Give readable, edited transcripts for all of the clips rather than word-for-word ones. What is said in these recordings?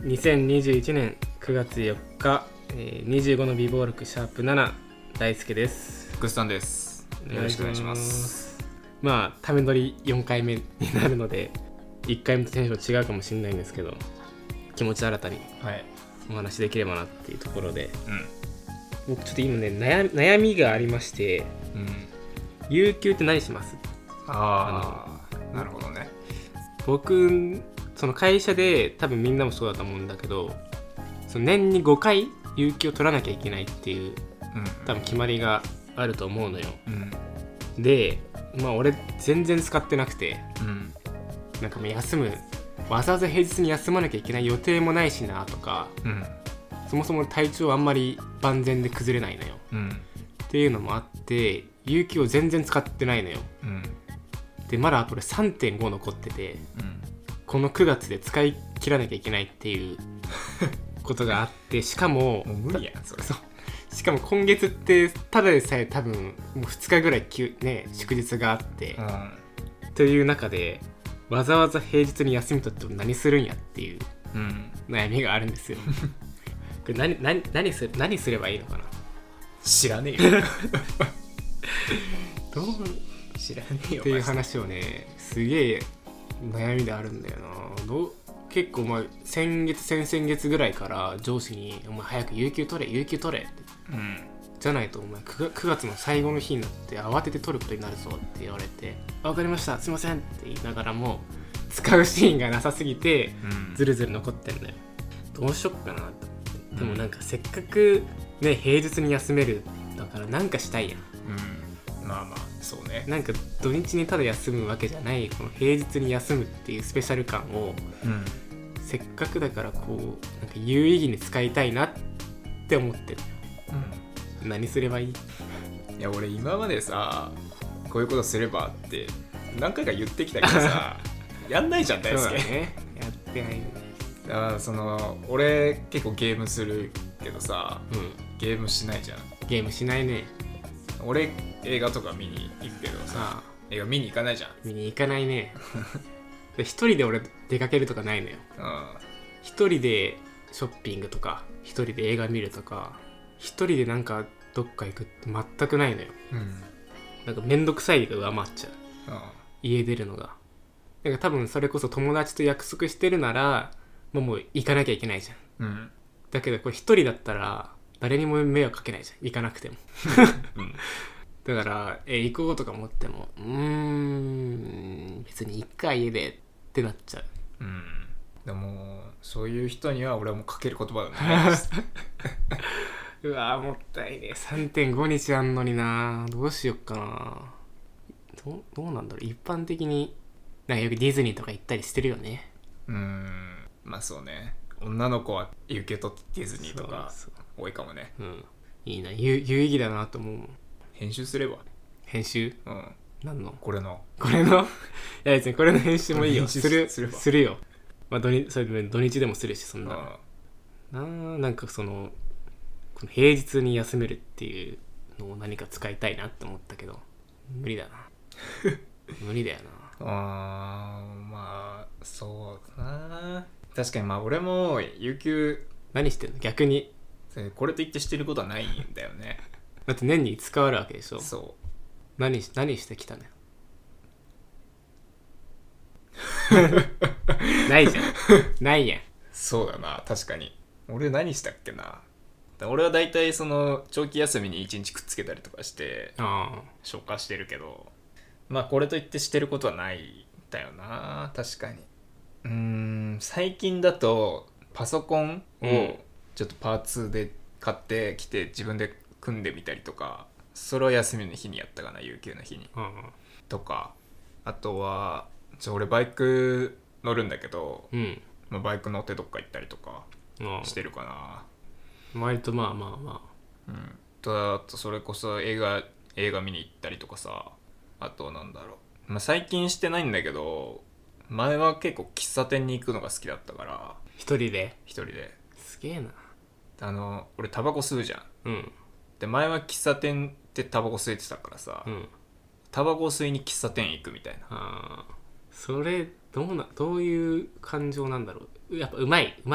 2021年9月4日、25の美貌録シャープ7大輔です。 グッさんです。よろしくお願いします。 まあため撮り4回目になるので1回目とテンション違うかもしれないんですけど、気持ち新たにお話できればなっていうところで、僕ちょっと今ね悩みがありまして、有給って何します？ なるほどね。 僕その会社で多分みんなもそうだと思うんだけど、その年に5回有給を取らなきゃいけないっていう、多分決まりがあると思うのよ、で、まあ俺全然使ってなくて、なんかもう休む、わざわざ平日に休まなきゃいけない予定もないしなとか、そもそも体調あんまり万全で崩れないのよ、っていうのもあって有給を全然使ってないのよ、でまだあと俺 3.5 残ってて、この9月で使い切らなきゃいけないっていうことがあってしかももう無理やんそれ。 しかも今月ってただでさえ多分もう2日ぐらい祝日があって、という中でわざわざ平日に休み取って何するんやっていう悩みがあるんですよ。これ何すればいいのかな。 知らねえよ。 知らねえよっていう話をね、すげえ悩みであるんだよな。結構まあ先々月ぐらいから上司にお前早く有給取れって、じゃないとお前 9月の最後の日になって慌てて取ることになるぞって言われて、分かりましたすいませんって言いながらも使うシーンがなさすぎて、ずるずる残ってんだよ。どうしよっかなと。でもなんかせっかくね平日に休めるだからなんかしたいやん。 まあまあそうね。 なんか土日にただ休むわけじゃないこの平日に休むっていうスペシャル感を、せっかくだからこうなんか有意義に使いたいなって思ってる、何すればいい？ いや俺今までさこういうことすればって何回か言ってきたけどさやんないじゃん大輔。 ね、やってないよね。 だからその俺結構ゲームするけどさ、ゲームしないじゃん。 ゲームしないね。 俺映画とか見に行くけどさ、映画見に行かないじゃん。 見に行かないね。で一人で俺出かけるとかないのよ。一人でショッピングとか一人で映画見るとか一人でなんかどっか行くって全くないのよ、なんかめんどくさいが上回っちゃう、家出るのが。なんか多分それこそ友達と約束してるならもう行かなきゃいけないじゃん、だけどこれ一人だったら誰にも迷惑かけないじゃん、行かなくても。だから行こうとか思っても別に一回家でってなっちゃう。 でもそういう人には俺はもうかける言葉がないです。 うわもったいね。 3.5 日あんのにな。どうしよっかな。どうなんだろう。一般的になんかよくディズニーとか行ったりしてるよね。 まあそうね。女の子は有給取ってディズニーとか多いかもね。 いいな、有意義だなと思う。 編集すれば。 編集？何の？これのいや別にこれの編集もいいよ。するよ。まあそれ土日でもするし、そんな。なんかそのこの平日に休めるっていうのを何か使いたいなって思ったけど無理だな。無理だよな。 まあそうな。確かにまあ俺も有給何してんの逆に。 これといってしてることはないんだよね。 だって年に5日あるわけでしょ。 そう。 何してきたのよ。ないじゃん。ないやん。 そうだな、確かに。俺何したっけな。俺はだいたいその長期休みに1日くっつけたりとかして消化してるけど、まあこれといってしてることはないんだよな。確かに。最近だとパソコンをちょっとパーツで買ってきて自分で組んでみたりとか、それは休みの日にやったかな、有給の日に、とか。あとは俺バイク乗るんだけど、まあ、バイク乗ってどっか行ったりとかしてるかな。 割とまあ、 あとそれこそ映画見に行ったりとかさ。あとなんだろう、まあ、最近してないんだけど前は結構喫茶店に行くのが好きだったから。 一人ですげえな。 俺タバコ吸うじゃん、で前は喫茶店ってタバコ吸えてたからさ、タバコ吸いに喫茶店行くみたいな。 それどういう感情なんだろう。やっぱうまいの。い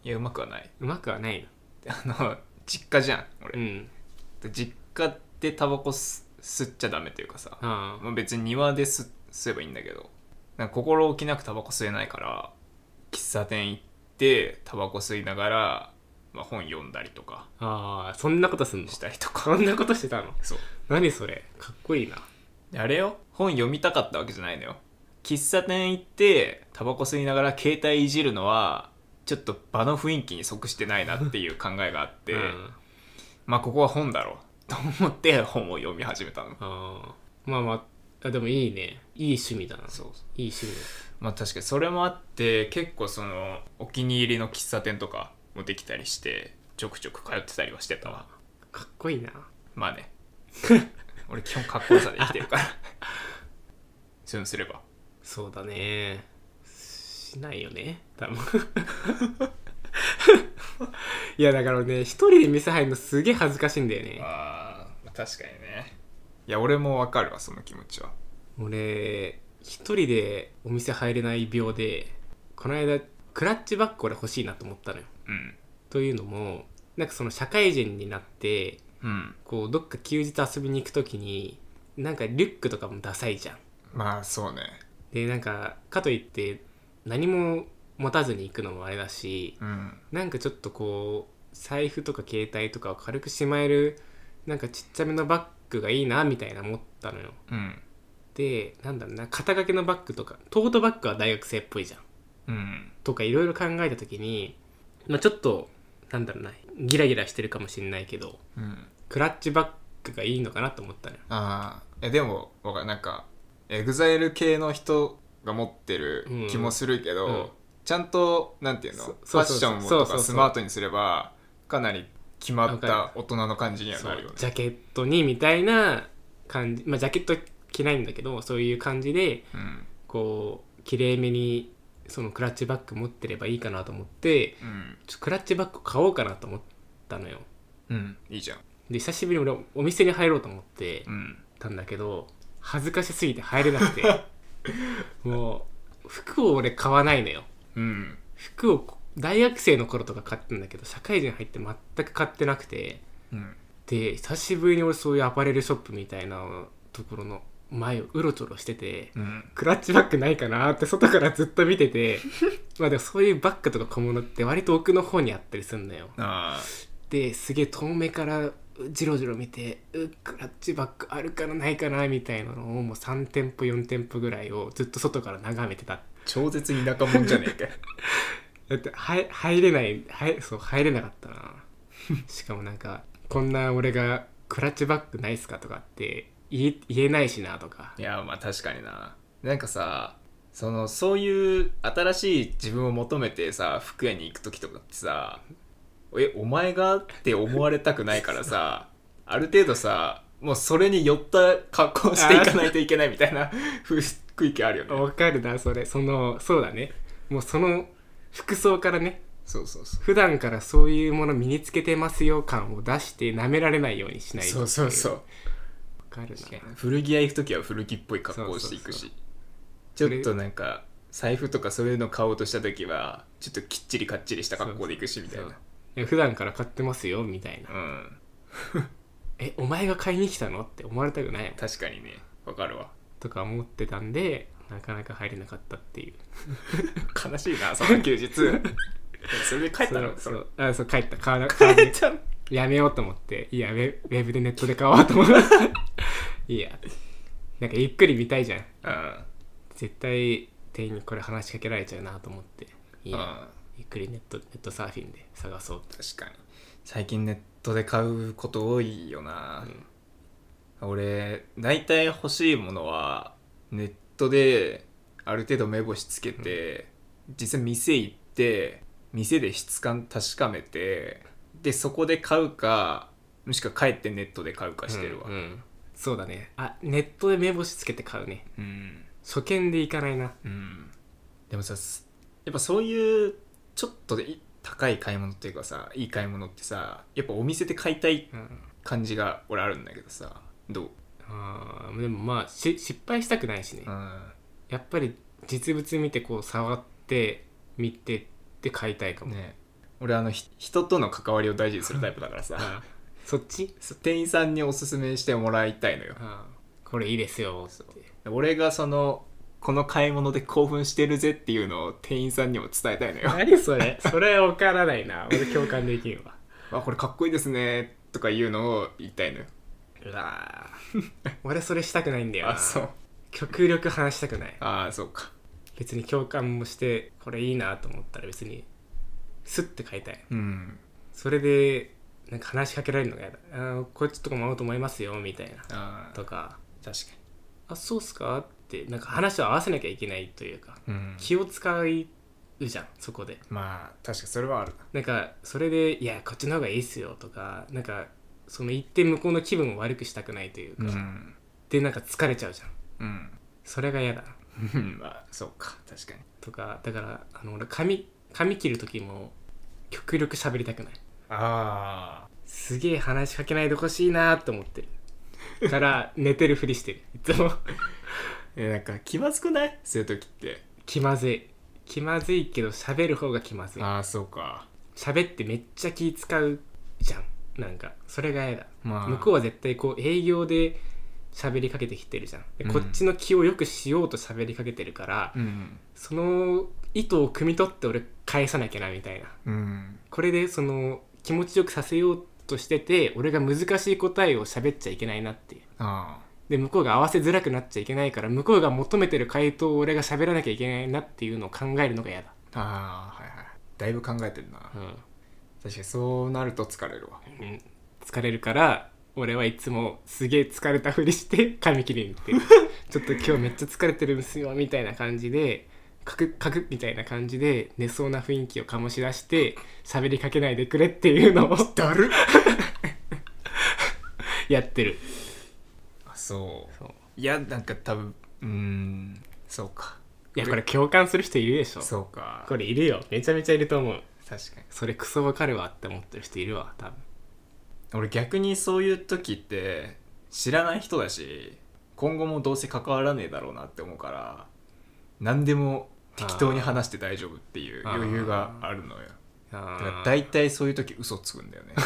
いやうまくはない。 うまくはないの実家じゃん俺、 うん、 で実家でタバコ吸っちゃダメというかさ、 あまあ、別に庭で吸えばいいんだけど、なんか心置きなくタバコ吸えないから喫茶店行ってタバコ吸いながら、まあ、本読んだりとかあそんなことすんの？ したりとか。 そんなことしてたの？ そう何それ、かっこいいな。 あれよ、本読みたかったわけじゃないのよ。喫茶店行ってタバコ吸いながら携帯いじるのはちょっと場の雰囲気に即してないなっていう考えがあって、うん、まあここは本だろうと思って本を読み始めたの。 まあまあでもいいね、いい趣味だな。 そういい趣味。 まあ確かにそれもあって結構そのお気に入りの喫茶店とかもできたりしてちょくちょく通ってたりはしてたわ。 かっこいいな。まあね俺基本かっこよさで生きてるからそういうのすれば。 そうだね、しないよね多分いやだからね、一人で店入るのすげえ恥ずかしいんだよね。 あ確かにね。いや俺もわかるわその気持ちは。 俺一人でお店入れない病で、この間クラッチバッグ俺欲しいなと思ったのよ、 うん、 というのもなんかその社会人になって、 うん、 こうどっか休日遊びに行くときになんかリュックとかもダサいじゃん。 まあそうね。 でなんかかといって何も持たずに行くのもあれだし、 うん、 なんかちょっとこう財布とか携帯とかを軽くしまえるなんかちっちゃめのバッグがいいなみたいな思ったのよ、 うん、 でなんだろうな、肩掛けのバッグとかトートバッグは大学生っぽいじゃん、 うん、 とかいろいろ考えた時に、まあ、ちょっとなんだろうな、ギラギラしてるかもしれないけど、 うん、 クラッチバッグがいいのかなと思ったのよ。 ああでもなんかエグザイル系の人が持ってる気もするけど、うんちゃんとなんていうのファッションもとかスマートにすればかなり決まった大人の感じにはなるよね。 ジャケットにみたいな感じ、まあジャケット着ないんだけどそういう感じで、 うん、 こうきれいめにそのクラッチバッグ持ってればいいかなと思って、 うん、 ちょっとクラッチバッグ買おうかなと思ったのよ。 うんいいじゃん。 で久しぶりに俺お店に入ろうと思ってたんだけど、恥ずかしすぎて入れなくてもう服を俺買わないのよ。 うん、 服を大学生の頃とか買ったんだけど社会人入って全く買ってなくて、 うん、 で久しぶりに俺そういうアパレルショップみたいなところの前をうろちょろしてて、 うん、 クラッチバッグないかなって外からずっと見ててまあでもそういうバッグとか小物って割と奥の方にあったりするんだよ。ですげえ遠目からジロジロ見てクラッチバッグあるかなないかなみたいなのをもう3店舗4店舗ぐらいをずっと外から眺めてた。 超絶田舎者じゃねえかだって入れないそう入れなかったなしかもなんかこんな俺がクラッチバッグないっすかとかって言えないしなとか。 いやまあ確かになんかさそういう新しい自分を求めてさ服屋に行く時とかってさお前がって思われたくないからさある程度さもうそれに寄った格好をしていかないといけないみたいな雰囲気あるよね。 わかるなそれ。そうだね、もうその服装からね、 そう普段からそういうもの身につけてますよ感を出して舐められないようにしないと。 そうわかるな。 古着屋行く時は古着っぽい格好をしていくし、ちょっとなんか財布とかそういうの買おうとした時はちょっときっちりかっちりした格好で行くしみたいな。 普段から買ってますよみたいな、お前が買いに来たのって思われたくないもん。 確かにね、わかるわとか思ってたんでなかなか入れなかったっていう悲しいなその休日それで帰ったの？ そう帰ったやめようと思って、いやウェブでネットで買おうと思っていやなんかゆっくり見たいじゃん、絶対店員にこれ話しかけられちゃうなと思って、いやゆっくりネットサーフィンで探そう。 確かに最近ネットで買うこと多いよな、俺大体欲しいものはネットである程度目星つけて、実際店行って店で質感確かめて、でそこで買うかもしくは帰ってネットで買うかしてるわ、 そうだね。ネットで目星つけて買うね、初見で行かないな、 でもさやっぱそういうちょっとで高い買い物っていうかさ、いい買い物ってさやっぱお店で買いたい感じが俺あるんだけどさ、どう？ でもまあ失敗したくないしね、やっぱり実物見てこう触って見てって買いたいかもね。 俺人との関わりを大事にするタイプだからさそっち店員さんにおすすめしてもらいたいのよ。 これいいですよって俺がこの買い物で興奮してるぜっていうのを店員さんにも伝えたいのよ。 何それそれ分からないな。俺共感できるわこれかっこいいですねとかいうのを言いたいのよ。 うわ俺それしたくないんだよな。 そう極力話したくない。 そうか。 別に共感もしてこれいいなと思ったら別にスッて買いたい。それでなんか話しかけられるのが嫌だ。こっちとかも合うと思いますよみたいなとか。 確かにそうっすかってなんか話を合わせなきゃいけないというか、気を使うじゃんそこで。 確かにそれはある。 なんかそれでいやこっちの方がいいっすよとかなんかその一点向こうの気分を悪くしたくないというか、でなんか疲れちゃうじゃん。それが嫌だそうか確かに。 とかだから俺髪切る時も極力喋りたくない。すげえ話しかけないでほしいなって思ってるから寝てるふりしてるいつもなんか気まずくない？そういう時って気まずいけど喋る方が気まずい。 そうか。 喋ってめっちゃ気使うじゃん。なんかそれが嫌だ。向こうは絶対こう営業で喋りかけてきてるじゃん。こっちの気をよくしようと喋りかけてるから、その意図を汲み取って俺返さなきゃなみたいな、これでその気持ちよくさせようとしてて俺が難しい答えを喋っちゃいけないなっていう。で向こうが合わせづらくなっちゃいけないから向こうが求めてる回答を俺が喋らなきゃいけないなっていうのを考えるのが嫌だ。 だいぶ考えてるな。確かにそうなると疲れるわ。 疲れるから俺はいつもすげえ疲れたふりして髪切りに行ってるちょっと今日めっちゃ疲れてるんですよみたいな感じでカクみたいな感じで寝そうな雰囲気を醸し出して喋りかけないでくれっていうのをだるやってる。 そういやなんか多分そうか。 いやこれ共感する人いるでしょ。 そうかこれいるよ。めちゃめちゃいると思う。 確かにそれクソわかるわって思ってる人いるわ多分。 俺逆にそういう時って知らない人だし今後もどうせ関わらねえだろうなって思うから何でも適当に話して大丈夫っていう余裕があるのよ。だから大体そういう時嘘つくんだよね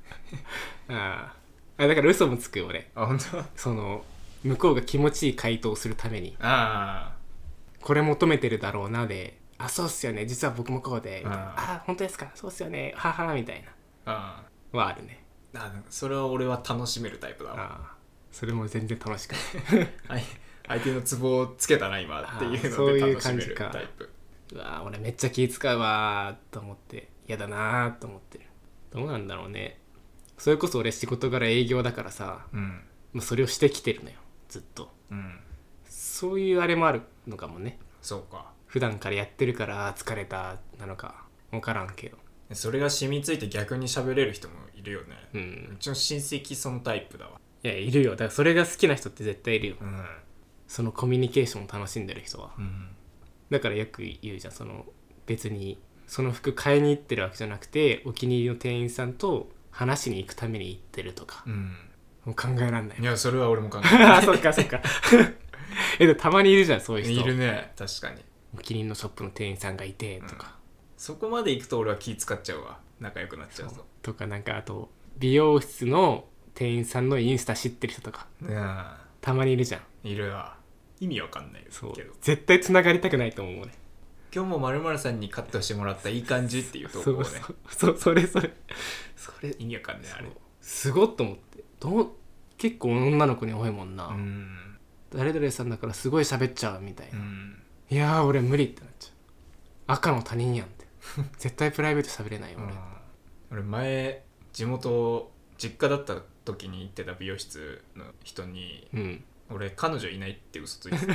だから嘘もつく俺。 本当？ その向こうが気持ちいい回答をするためにこれ求めてるだろうなでそうっすよね実は僕もこうで本当ですかそうっすよねははみたいなはあるね。 それは俺は楽しめるタイプだわ。 それも全然楽しくない相手のツボをつけたな今っていうので楽しめるタイプ。 俺めっちゃ気使うわと思って嫌だなと思ってる。どうなんだろうね。それこそ俺仕事柄営業だからさ、それをしてきてるのよずっと、そういうあれもあるのかもね。 そうか。 普段からやってるから疲れたなのか分からんけどそれが染みついて逆に喋れる人もいるよね。うちの親戚そのタイプだわ。 いやいるよ。だからそれが好きな人って絶対いるよ、そのコミュニケーションを楽しんでる人は、だからよく言うじゃん。その別にその服買いに行ってるわけじゃなくてお気に入りの店員さんと話しに行くために行ってるとか、もう考えらんない。 いやそれは俺も考えらんないそっかでもたまにいるじゃんそういう人。 いるね確かに。 お気に入りのショップの店員さんがいてとか、 そこまで行くと俺は気使っちゃうわ。仲良くなっちゃうぞとか。なんかあと美容室の店員さんのインスタ知ってる人とかたまにいるじゃん。 いるわ。意味わかんないけど絶対繋がりたくないと思うね。 今日も〇〇さんにカットしてもらったいい感じっていう投稿をね。 それ意味わかんないあれ。 すごっと思って。結構女の子に多いもんな。誰々さんだからすごい喋っちゃうみたいな。いやー俺無理ってなっちゃう。赤の他人やんって絶対プライベート喋れないよ俺前実家だった時に行ってた美容室の人に、俺彼女いないって嘘ついてて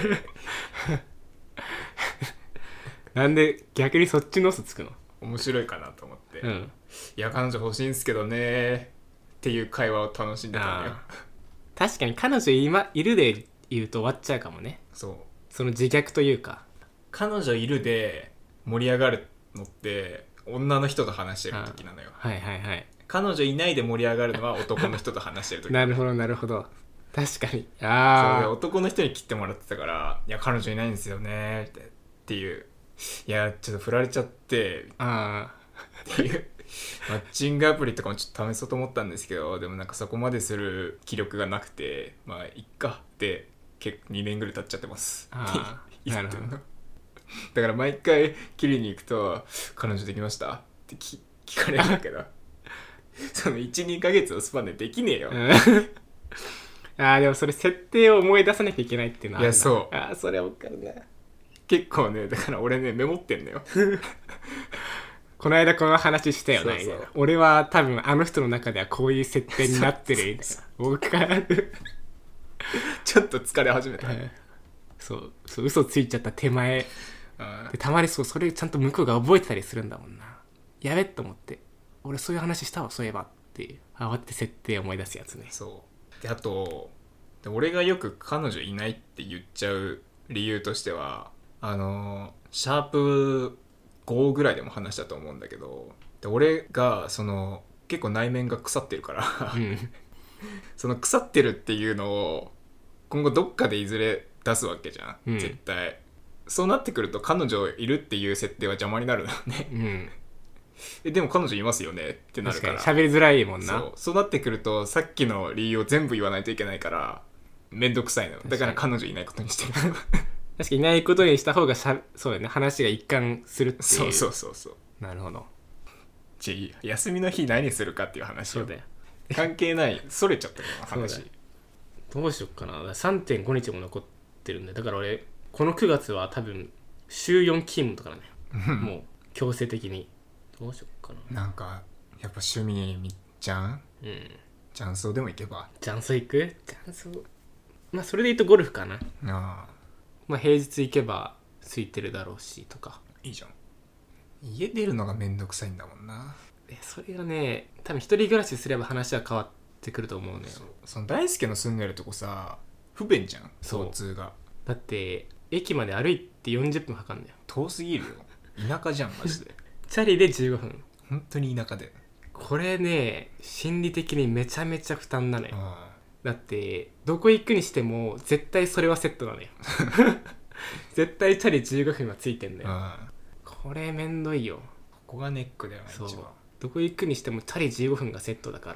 なんで逆にそっちの嘘つくの？ 面白いかなと思って、いや彼女欲しいんすけどねっていう会話を楽しんでたのよ。 確かに彼女今いるで言うと終わっちゃうかもね。その自虐というか彼女いるで盛り上がるのって女の人と話してる時なのよ。彼女いないで盛り上がるのは男の人と話してる時なるほど確かに。 そう男の人に切ってもらってたからいや彼女いないんですよねっていういやちょっと振られちゃってっていうマッチングアプリとかもちょっと試そうと思ったんですけど、でもなんかそこまでする気力がなくて、まあいっかって2年ぐらい経っちゃってます。 ああなるほど。 だから毎回切りに行くと彼女できましたって聞かれるんだけどその 1,2 ヶ月のスパンでできねえよ、 あでもそれ設定を思い出さなきゃいけないっていうのはあるな。 いやそうあそれは分かるな。 結構ね、だから俺ねメモってんのよこの間この話したよね。 そうそう俺は多分あの人の中ではこういう設定になってる僕からちょっと疲れ始めた、 そう嘘ついちゃった手前で、たまにそれちゃんと向こうが覚えてたりするんだもんな。やべっと思って、俺そういう話したわそういえばっていう慌てて設定を思い出すやつね。 そうで、あとで俺がよく彼女いないって言っちゃう理由としてはシャープ5ぐらいでも話したと思うんだけど、で俺が結構内面が腐ってるからその腐ってるっていうのを今後どっかでいずれ出すわけじゃん、絶対。そうなってくると彼女いるっていう設定は邪魔になるのね、でも彼女いますよねってなるから喋りづらいもんな。 そうなってくるとさっきの理由を全部言わないといけないからめんどくさいの。だから彼女いないことにしてる確かにいないことにした方がそうだよね、話が一貫するっていう。 そうなるほど。 休みの日何するかっていう話。 そうだよ、 関係ないそれちゃったから話。 どうしよっかな。3.5 日も残ってるんで、だから俺この9月は多分週4勤務とかだねもう強制的に。どうしよっかな。 なんかやっぱ趣味にじゃん、雀荘でも行けば。 雀荘行く？雀荘、まあそれで言うとゴルフかな。 まあ平日行けば空いてるだろうしとか。 いいじゃん。家出るのがめんどくさいんだもんな。 それがね、多分一人暮らしすれば話は変わってくると思うのよ。 その大輔の住んでるとこさ不便じゃん、交通が。 だって駅まで歩いて40分かかるんだよ。 遠すぎるよ。田舎じゃんマジでチャリで15分。 本当に田舎で。 これね、心理的にめちゃめちゃ負担なのよ。だってどこ行くにしても絶対それはセットなのよ絶対チャリ15分はついてんのよ。これめんどいよ。 ここがネックだよね。 そう、どこ行くにしてもチャリ15分がセットだから、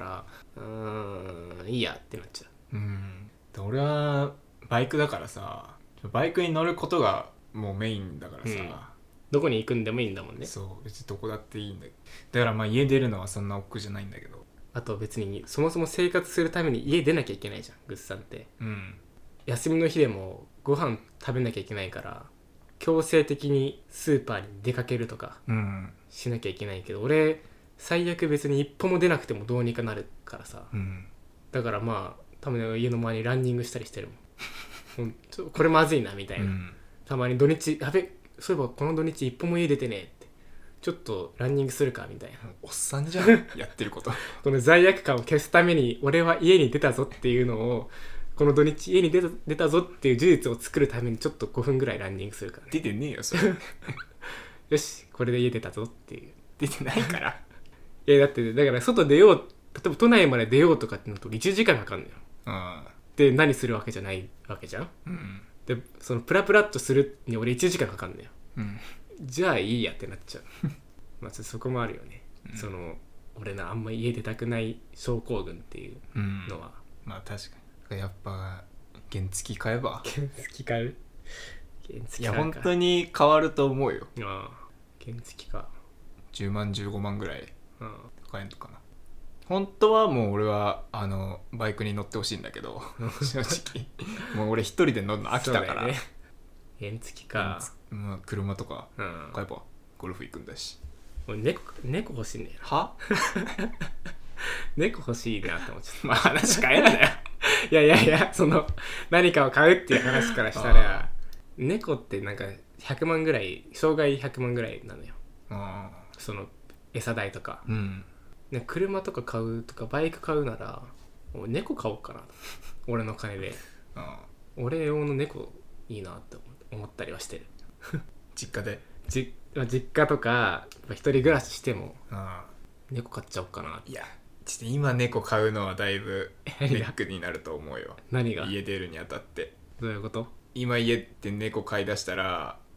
いいやってなっちゃう。俺はバイクだからさ、バイクに乗ることがもうメインだからさ、 どこに行くんでもいいんだもんね。 そう別にどこだっていいんだけど、だからまあ家出るのはそんな億劫じゃないんだけど。 あと別にそもそも生活するために家出なきゃいけないじゃん、グッさんって。休みの日でもご飯食べなきゃいけないから強制的にスーパーに出かけるとかしなきゃいけないけど、俺最悪別に一歩も出なくてもどうにかなるからさ、だからまあ多分家の周りランニングしたりしてるもんちょっとこれまずいなみたいな、たまに土日やべ、そういえばこの土日一歩も家出てねえってちょっとランニングするかみたいな。 おっさんじゃんやってることこの罪悪感を消すために俺は家に出たぞっていうのを、この土日家に出たぞっていう事実を作るためにちょっと5分ぐらいランニングするから、ね、 出てねえよそれよしこれで家出たぞっていう。 出てないからいやだってだから外出よう、例えば都内まで出ようとかってのと1時間かかるのよ。で何するわけじゃないわけじゃん、でそのプラプラっとするに俺1時間かかるんだよ、じゃあいいやってなっちゃうまあそこもあるよね、その俺のあんま家出たくない症候群っていうのは、 まあ確かにやっぱ原付買えば。 原付買う？原付いや本当に変わると思うよ。 原付か。 10万15万ぐらい買えんのかな。本当はもう俺はバイクに乗ってほしいんだけど正直もう俺一人で乗るの飽きたから、ね、 原付か、 まあ、車とか買えばゴルフ行くんだし。 俺猫欲しいんだよ。 は猫欲しいなって思っちゃった。 まあ話変えんなよいやその何かを買うっていう話からしたら猫ってなんか100万ぐらい、障害100万ぐらいなのよ。その餌代とか、ね、車とか買うとかバイク買うなら猫買おうかな俺の金で俺用の猫いいなって思ったりはしてる実家で実家とか一人暮らししても猫買っちゃおうかな。 いやちょっと今猫買うのはだいぶネックになると思うよ何が？ 家出るにあたって。 どういうこと？ 今家で猫飼い出したら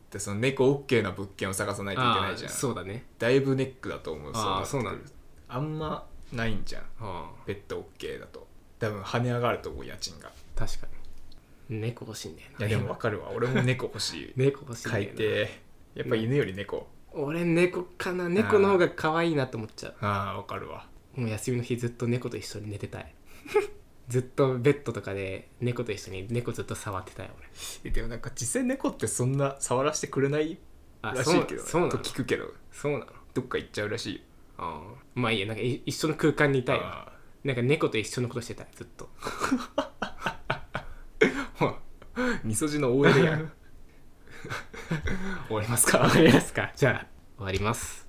でその猫 OK な物件を探さないといけないじゃん。 そうだね。 だいぶネックだと思う。 そうなんだ。 あんまないんじゃん、ペット OK だと。多分跳ね上がると思う、家賃が。 確かに。猫欲しいんだよな。 いやでも分かるわ、俺も猫欲しい。 猫欲しいんだよな。 飼いてやっぱ犬より猫。 俺猫かな。猫の方が可愛いなと思っちゃう。 ああ分かるわ。 もう休みの日ずっと猫と一緒に寝てたい。ずっとベッドとかで猫と一緒に猫ずっと触ってたよ俺。でもなんか実際猫ってそんな触らせてくれないらしいけど、 そうなのと聞くけど。 そうなの。 どっか行っちゃうらしいよ。 まあいいや、なんか一緒の空間にいたいわ。なんか猫と一緒のことしてたい、ずっと。 みそじの OL やん。 終わりますか。終わりますか。じゃあ終わります。